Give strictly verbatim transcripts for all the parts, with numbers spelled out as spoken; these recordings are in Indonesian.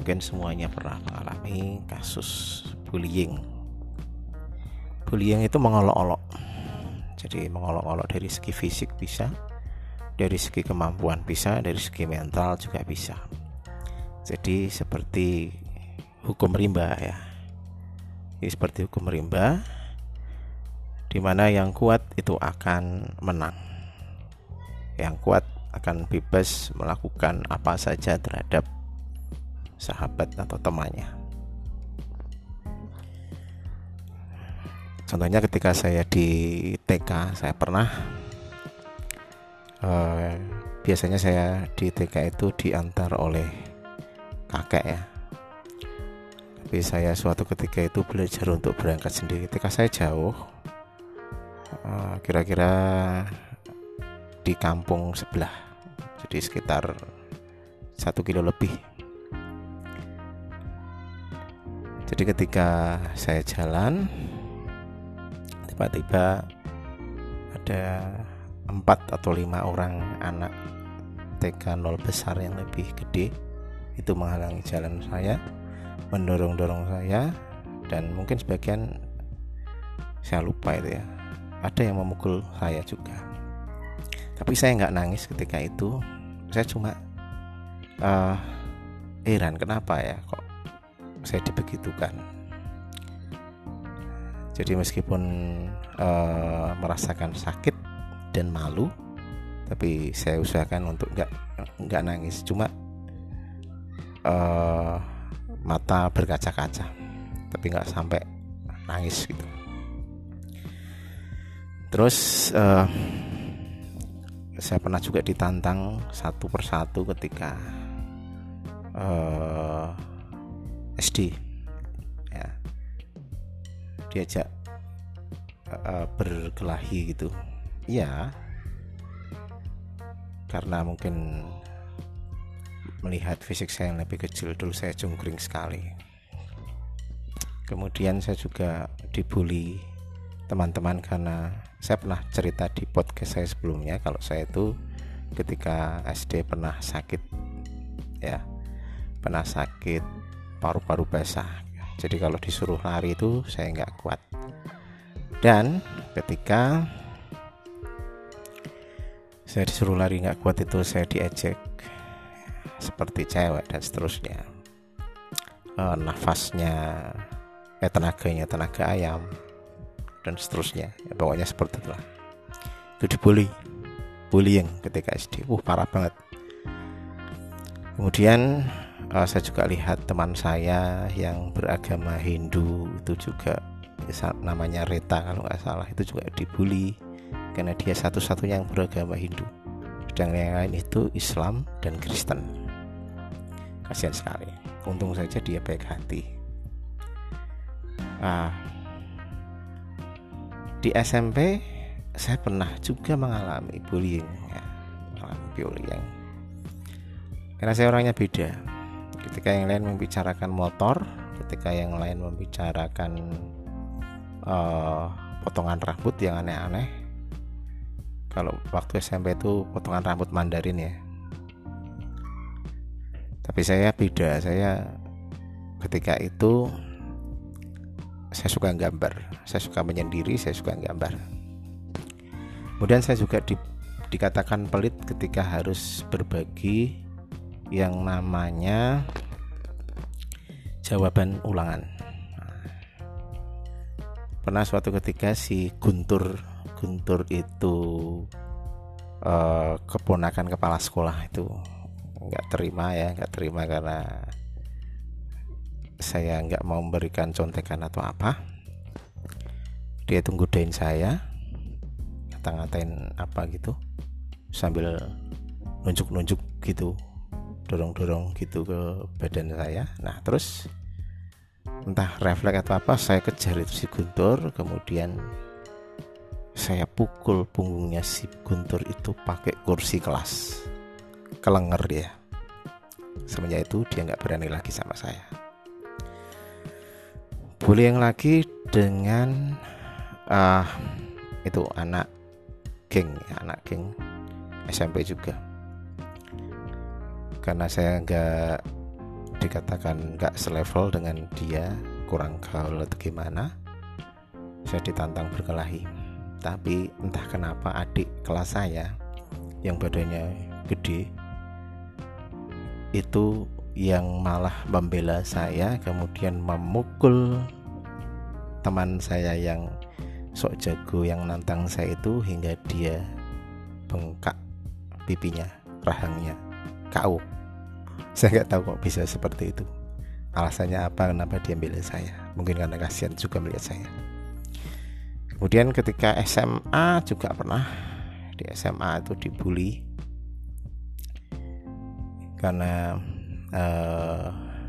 Mungkin semuanya pernah mengalami kasus bullying. Bullying itu mengolok-olok. Jadi mengolok-olok dari segi fisik bisa, dari segi kemampuan bisa, dari segi mental juga bisa. Jadi seperti hukum rimba ya. Jadi seperti hukum rimba, di mana yang kuat itu akan menang. Yang kuat akan bebas melakukan apa saja terhadap sahabat atau temannya. Contohnya ketika saya di T K, saya pernah eh, biasanya saya di T K itu diantar oleh kakek ya. Tapi saya suatu ketika itu belajar untuk berangkat sendiri. Ketika saya jauh, eh, kira-kira di kampung sebelah, jadi sekitar satu kilo lebih. Jadi ketika saya jalan, tiba-tiba ada empat atau lima orang anak T K nol besar yang lebih gede itu menghalangi jalan saya, mendorong-dorong saya, dan mungkin sebagian saya lupa itu ya, ada yang memukul saya juga. Tapi saya nggak nangis ketika itu. Saya cuma uh, heran kenapa ya kok saya dibegitukan. Jadi meskipun uh, merasakan sakit dan malu, tapi saya usahakan untuk nggak nggak nangis. Cuma uh, mata berkaca-kaca, tapi nggak sampai nangis gitu. Terus uh, saya pernah juga ditantang satu persatu ketika uh, S D ya, diajak uh, berkelahi gitu ya, karena mungkin melihat fisik saya yang lebih kecil. Dulu saya jungkring sekali. Kemudian saya juga dibully teman-teman karena saya pernah cerita di podcast saya sebelumnya kalau saya itu ketika S D pernah sakit ya, pernah sakit paru-paru basah. Jadi kalau disuruh lari itu saya nggak kuat. Dan ketika saya disuruh lari nggak kuat itu saya diejek seperti cewek dan seterusnya. E, nafasnya, eh tenaganya tenaga ayam dan seterusnya. Ya, pokoknya seperti itulah. Itu dibully, bullying ketika S D. Uh parah banget. Kemudian uh, saya juga lihat teman saya yang beragama Hindu itu juga, namanya Reta kalau nggak salah, itu juga dibully karena dia satu-satunya yang beragama Hindu, sedangkan yang lain itu Islam dan Kristen. Kasihan sekali. Untung saja dia baik hati. Ah, di S M P saya pernah juga mengalami bullying ya, mengalami bullying. Karena saya orangnya beda. Ketika yang lain membicarakan motor, ketika yang lain membicarakan uh, potongan rambut yang aneh-aneh. Kalau waktu S M P itu potongan rambut Mandarin ya. Tapi saya beda. Saya ketika itu saya suka gambar, saya suka menyendiri, saya suka gambar. Kemudian saya juga di, dikatakan pelit ketika harus berbagi yang namanya jawaban ulangan. Pernah suatu ketika si Guntur Guntur itu uh, keponakan kepala sekolah itu nggak terima ya, nggak terima karena saya nggak mau memberikan contekan atau apa. Dia itu nggodain saya, ngata-ngatain apa gitu, sambil nunjuk-nunjuk gitu, dorong-dorong gitu ke badan saya. Nah terus entah refleks atau apa, saya kejar itu si Guntur. Kemudian saya pukul punggungnya si Guntur itu pakai kursi kelas, kelenger dia. Semenjak itu dia nggak berani lagi sama saya. Bullying lagi dengan uh, itu anak geng ya, anak geng S M P juga. Karena saya nggak dikatakan nggak selevel dengan dia, kurang gaul atau gimana, saya ditantang berkelahi. Tapi entah kenapa adik kelas saya yang badannya gede itu yang malah membela saya, kemudian memukul teman saya yang sok jago yang nantang saya itu hingga dia bengkak pipinya, rahangnya K O. Saya nggak tahu kok bisa seperti itu. Alasannya apa, kenapa dia bela saya? Mungkin karena kasihan juga melihat saya. Kemudian ketika S M A juga pernah, di S M A itu dibully karena uh,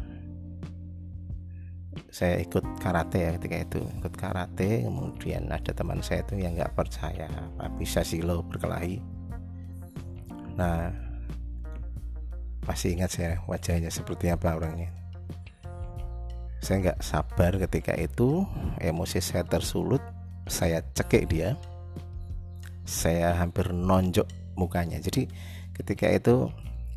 saya ikut karate ya. Ketika itu ikut karate, kemudian ada teman saya itu yang nggak percaya apa bisa sih lo berkelahi. Nah, masih ingat saya wajahnya seperti apa orangnya. Saya nggak sabar ketika itu, emosi saya tersulut, saya cekik dia, saya hampir nonjok mukanya. Jadi ketika itu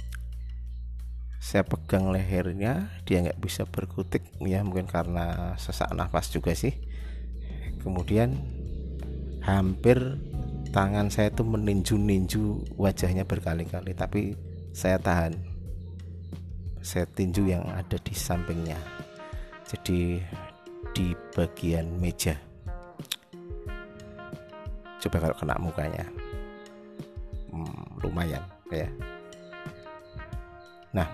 saya pegang lehernya, dia nggak bisa berkutik ya, mungkin karena sesak nafas juga sih. Kemudian hampir tangan saya itu meninju-ninju wajahnya berkali-kali, tapi saya tahan. Saya tinju yang ada di sampingnya, jadi di bagian meja. Coba kalau kena mukanya, hmm, lumayan ya. Nah,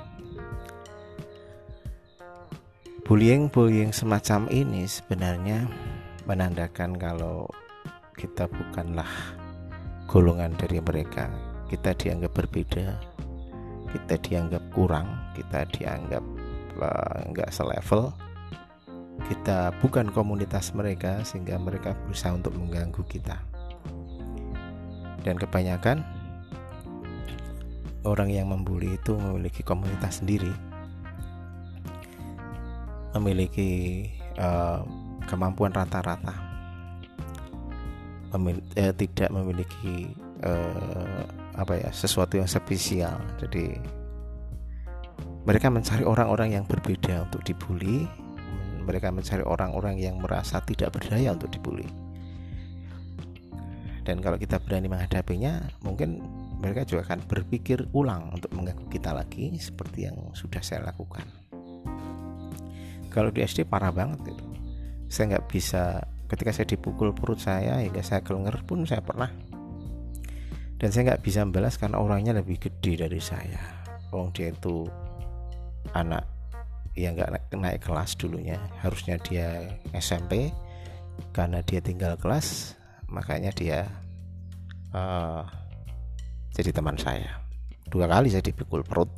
bullying-bullying semacam ini sebenarnya menandakan kalau kita bukanlah golongan dari mereka. Kita dianggap berbeda, kita dianggap kurang, kita dianggap nggak uh, selevel, kita bukan komunitas mereka, sehingga mereka berusaha untuk mengganggu kita. Dan kebanyakan orang yang membuli itu memiliki komunitas sendiri, memiliki uh, kemampuan rata-rata, Memil- eh, tidak memiliki eh, apa ya sesuatu yang spesial. Jadi mereka mencari orang-orang yang berbeda untuk dibully. Mereka mencari orang-orang yang merasa tidak berdaya untuk dibully. Dan kalau kita berani menghadapinya, mungkin mereka juga akan berpikir ulang untuk mengganggu kita lagi, seperti yang sudah saya lakukan. Kalau di S D parah banget gitu. Saya nggak bisa, ketika saya dipukul perut saya hingga saya kelenger pun saya pernah. Dan saya nggak bisa membalas karena orangnya lebih gede dari saya. Orang dia itu anak yang nggak naik, naik kelas dulunya, harusnya dia S M P. Karena dia tinggal kelas, makanya dia uh, jadi teman saya. Dua kali saya dipukul perut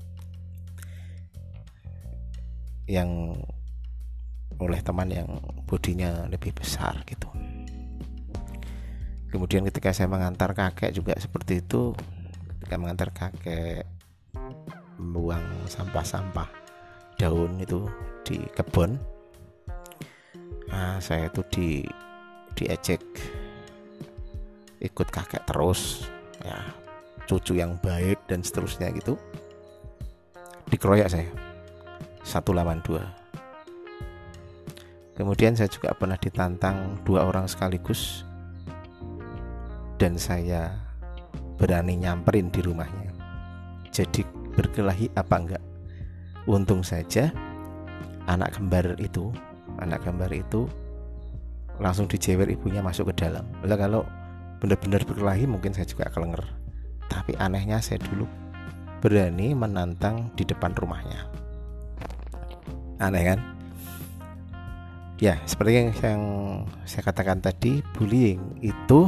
yang oleh teman yang bodinya lebih besar gitu. Kemudian ketika saya mengantar kakek juga seperti itu. Ketika mengantar kakek membuang sampah-sampah daun itu di kebun, nah, saya itu di diejek, ikut kakek terus ya, cucu yang baik dan seterusnya gitu. Dikeroyak saya satu lawan dua. Kemudian saya juga pernah ditantang dua orang sekaligus, dan saya berani nyamperin di rumahnya. Jadi berkelahi apa enggak? Untung saja anak kembar itu, anak kembar itu langsung dijewer ibunya masuk ke dalam. Lah kalau benar-benar berkelahi mungkin saya juga kelenger. Tapi anehnya saya dulu berani menantang di depan rumahnya. Aneh kan? Ya, seperti yang, yang saya katakan tadi, bullying itu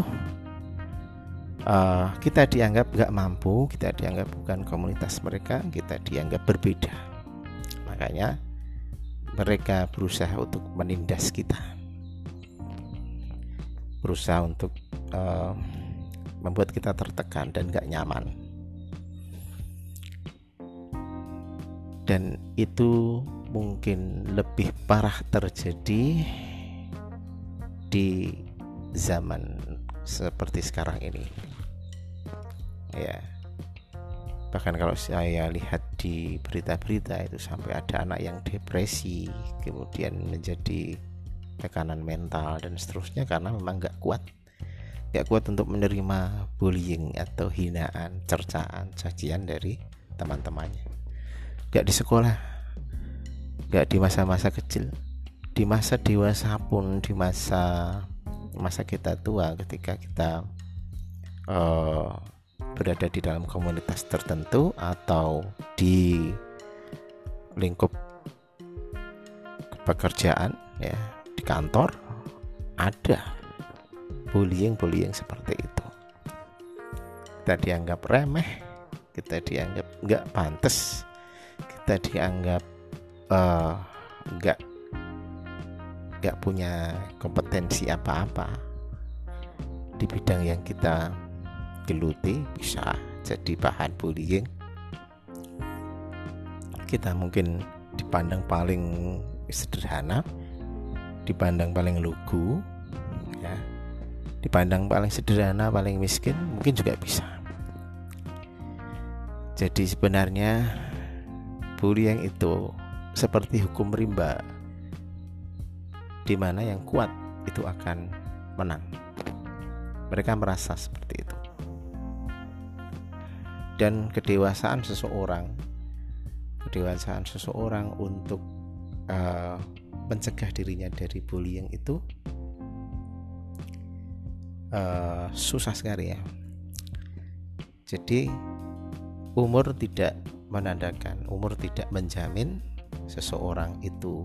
uh, kita dianggap gak mampu, kita dianggap bukan komunitas mereka, kita dianggap berbeda. Makanya mereka berusaha untuk menindas kita, berusaha untuk uh, membuat kita tertekan dan gak nyaman. Dan itu mungkin lebih parah terjadi di zaman seperti sekarang ini ya. Bahkan kalau saya lihat di berita-berita itu sampai ada anak yang depresi, kemudian menjadi tekanan mental dan seterusnya karena memang nggak kuat nggak kuat untuk menerima bullying atau hinaan, cercaan, cacian dari teman-temannya. Nggak di sekolah, nggak di masa-masa kecil, di masa dewasa pun, di masa masa kita tua, ketika kita uh, berada di dalam komunitas tertentu atau di lingkup pekerjaan, ya, di kantor, ada bullying-bullying seperti itu. Kita dianggap remeh, kita dianggap nggak pantas, kita dianggap uh, nggak nggak punya kompetensi apa-apa di bidang yang kita geluti, bisa jadi bahan bullying. Kita mungkin dipandang paling sederhana, dipandang paling lugu, ya, dipandang paling sederhana, paling miskin, mungkin juga bisa. Jadi sebenarnya bullying itu seperti hukum rimba, di mana yang kuat itu akan menang. Mereka merasa seperti itu. Dan kedewasaan seseorang, kedewasaan seseorang untuk uh, mencegah dirinya dari bullying itu uh, susah sekali, ya. Jadi umur tidak menandakan, umur tidak menjamin seseorang itu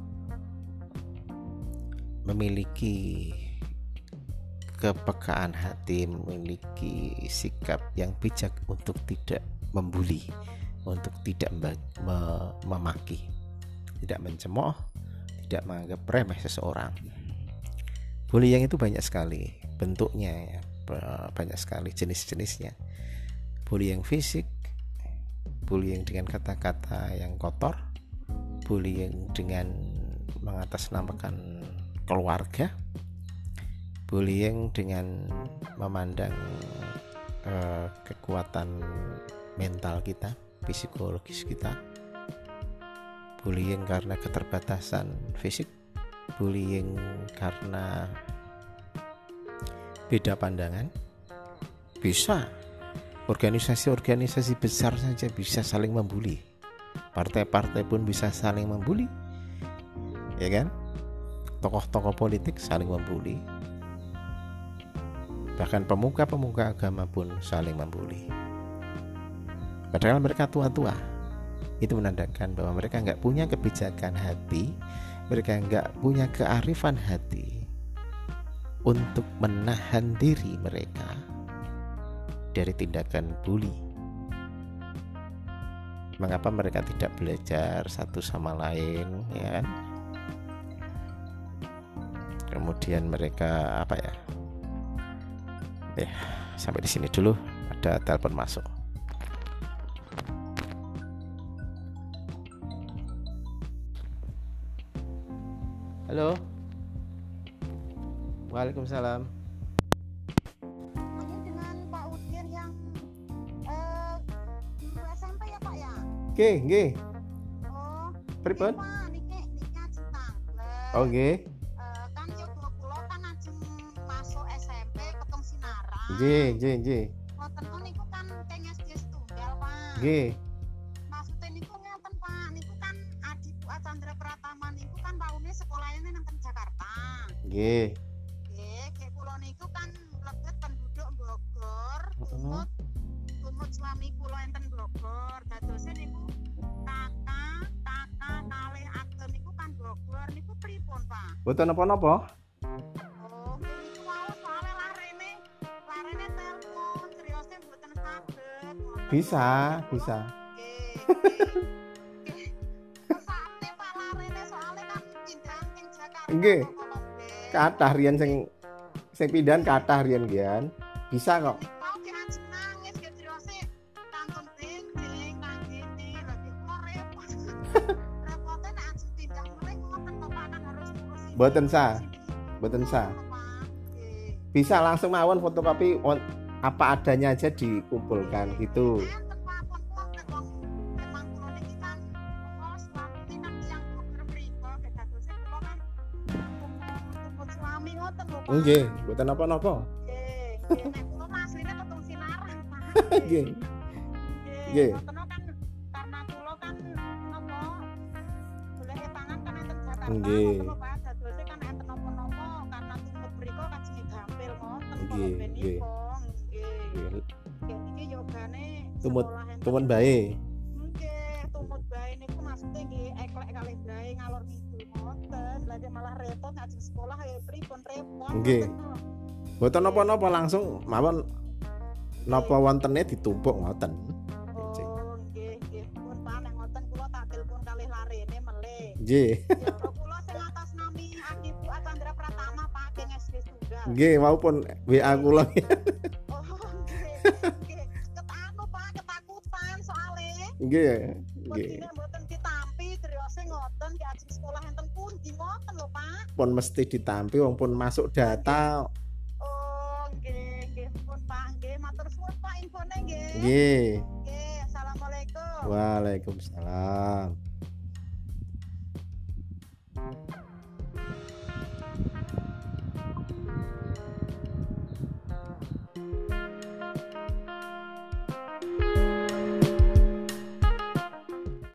memiliki kepekaan hati, memiliki sikap yang bijak untuk tidak membuli, untuk tidak memaki, tidak mencemooh, tidak menganggap remeh seseorang. Bullying itu banyak sekali bentuknya, ya, banyak sekali jenis-jenisnya. Bullying fisik, bullying dengan kata-kata yang kotor, bullying dengan mengatasnamakan keluarga, bullying dengan memandang uh, kekuatan mental kita, psikologis kita, bullying karena keterbatasan fisik, bullying karena beda pandangan. Bisa organisasi-organisasi besar saja bisa saling membuli, partai-partai pun bisa saling membuli, ya kan? Tokoh-tokoh politik saling membuli, bahkan pemuka-pemuka agama pun saling membuli. Padahal mereka tua-tua. Itu menandakan bahwa mereka nggak punya kebijakan hati, mereka nggak punya kearifan hati untuk menahan diri mereka dari tindakan bully. Mengapa mereka tidak belajar satu sama lain, ya kan? Kemudian mereka apa ya? Ya, sampai di sini dulu. Ada telepon masuk. Halo. Waalaikumsalam. Ini dengan Pak Udin yang eh, S M P ya Pak ya? Oke, nggih. Oh. Pripun? Pak, niki niki ajeng tanglet. Oh, nggih. Eh, kan yo kula kan ajeng masuk S M P keteng Sinaran. Nggih, nggih, nggih. Ngoten niku kan teng S D setunggal, Pak. Nggih. Maksudnya niku ngeten Pak, niku kan adikku Chandra Pratama niku kan taune sekolahnya nang Jakarta. Nggih. Nggih, kayak kula niku kan mlebet penduduk Bogor, tumut tumut suami kula enten Bogor. Dadose niku kakak, kakak kalih aktor niku kan Bogor. Niku pripun, Pak? Mboten napa-napa. Oh, niku mau soalé larene, larene telepon, seriusnya mboten saged. Bisa, bisa. Nggih. Kesane Pak larene soalé kan pindahan ning Jakarta. Nggih. Kathah riyen sing sing pindahan kathah riyen gian. Bisa kok. Mau diajeng nangis ke seriusnya kantong dinding, nang gini, lagi kula repot. Repotnya nek ajeng pindah mrene ngoten kok Pak, kan harus ngurusi. Mboten sah. Mboten sah. Bisa langsung mawon fotokopi on, apa adanya aja dikumpulkan gitu. Enten Pak, pun pun nek wong memang Nggih, mboten napa-napa. Nggih, nggih nek kula mah asline petung sinaran, Pak. Nggih. Nggih, Nggih. ngoten kan karena kula kan napa goleke pangan kan enten Jakarta Nggih. ngoten lho, Pak. Dadose kan enten napa-napa karena tumut mriko kajenenge gampil ngoten kula Nggih, ben nggih. niku. Nggih. Nggih. Nggih niki yogane Tumut sekolah enten tumut niku- bae. Nggih, tumut bae niku maksudnya nggih eklek kalih bae ngalor ngidul ngoten. Lah nek malah repot ngajeng sekolah ya pripun repot. Nggih. ngoten lho. Mboten napa-napa langsung mawon napa wontene ditumpuk ngoten. Oh, nggih, nggih. Pun Pak nek ngoten kula tak telepon kalih larene melih. Nggih. Ya ora kula sing atas nami Adipu Acandra Pratama Pak Geng S D Tunggal. Nggih, maupun W A kula. Oh, nggih. Nggih. Ketanu Pak, ketakutan soalé. Nggih. Nggih. Wedine mboten ditampi driose ngoten ki ajeng sekolah enten pundi ngoten lho Pak. Pun mesti ditampi wong pun masuk data. Oh, nggih, nggih pun Pak, nggih matur suwun Pak infone nggih. Nggih. Nggih, assalamualaikum. Waalaikumsalam.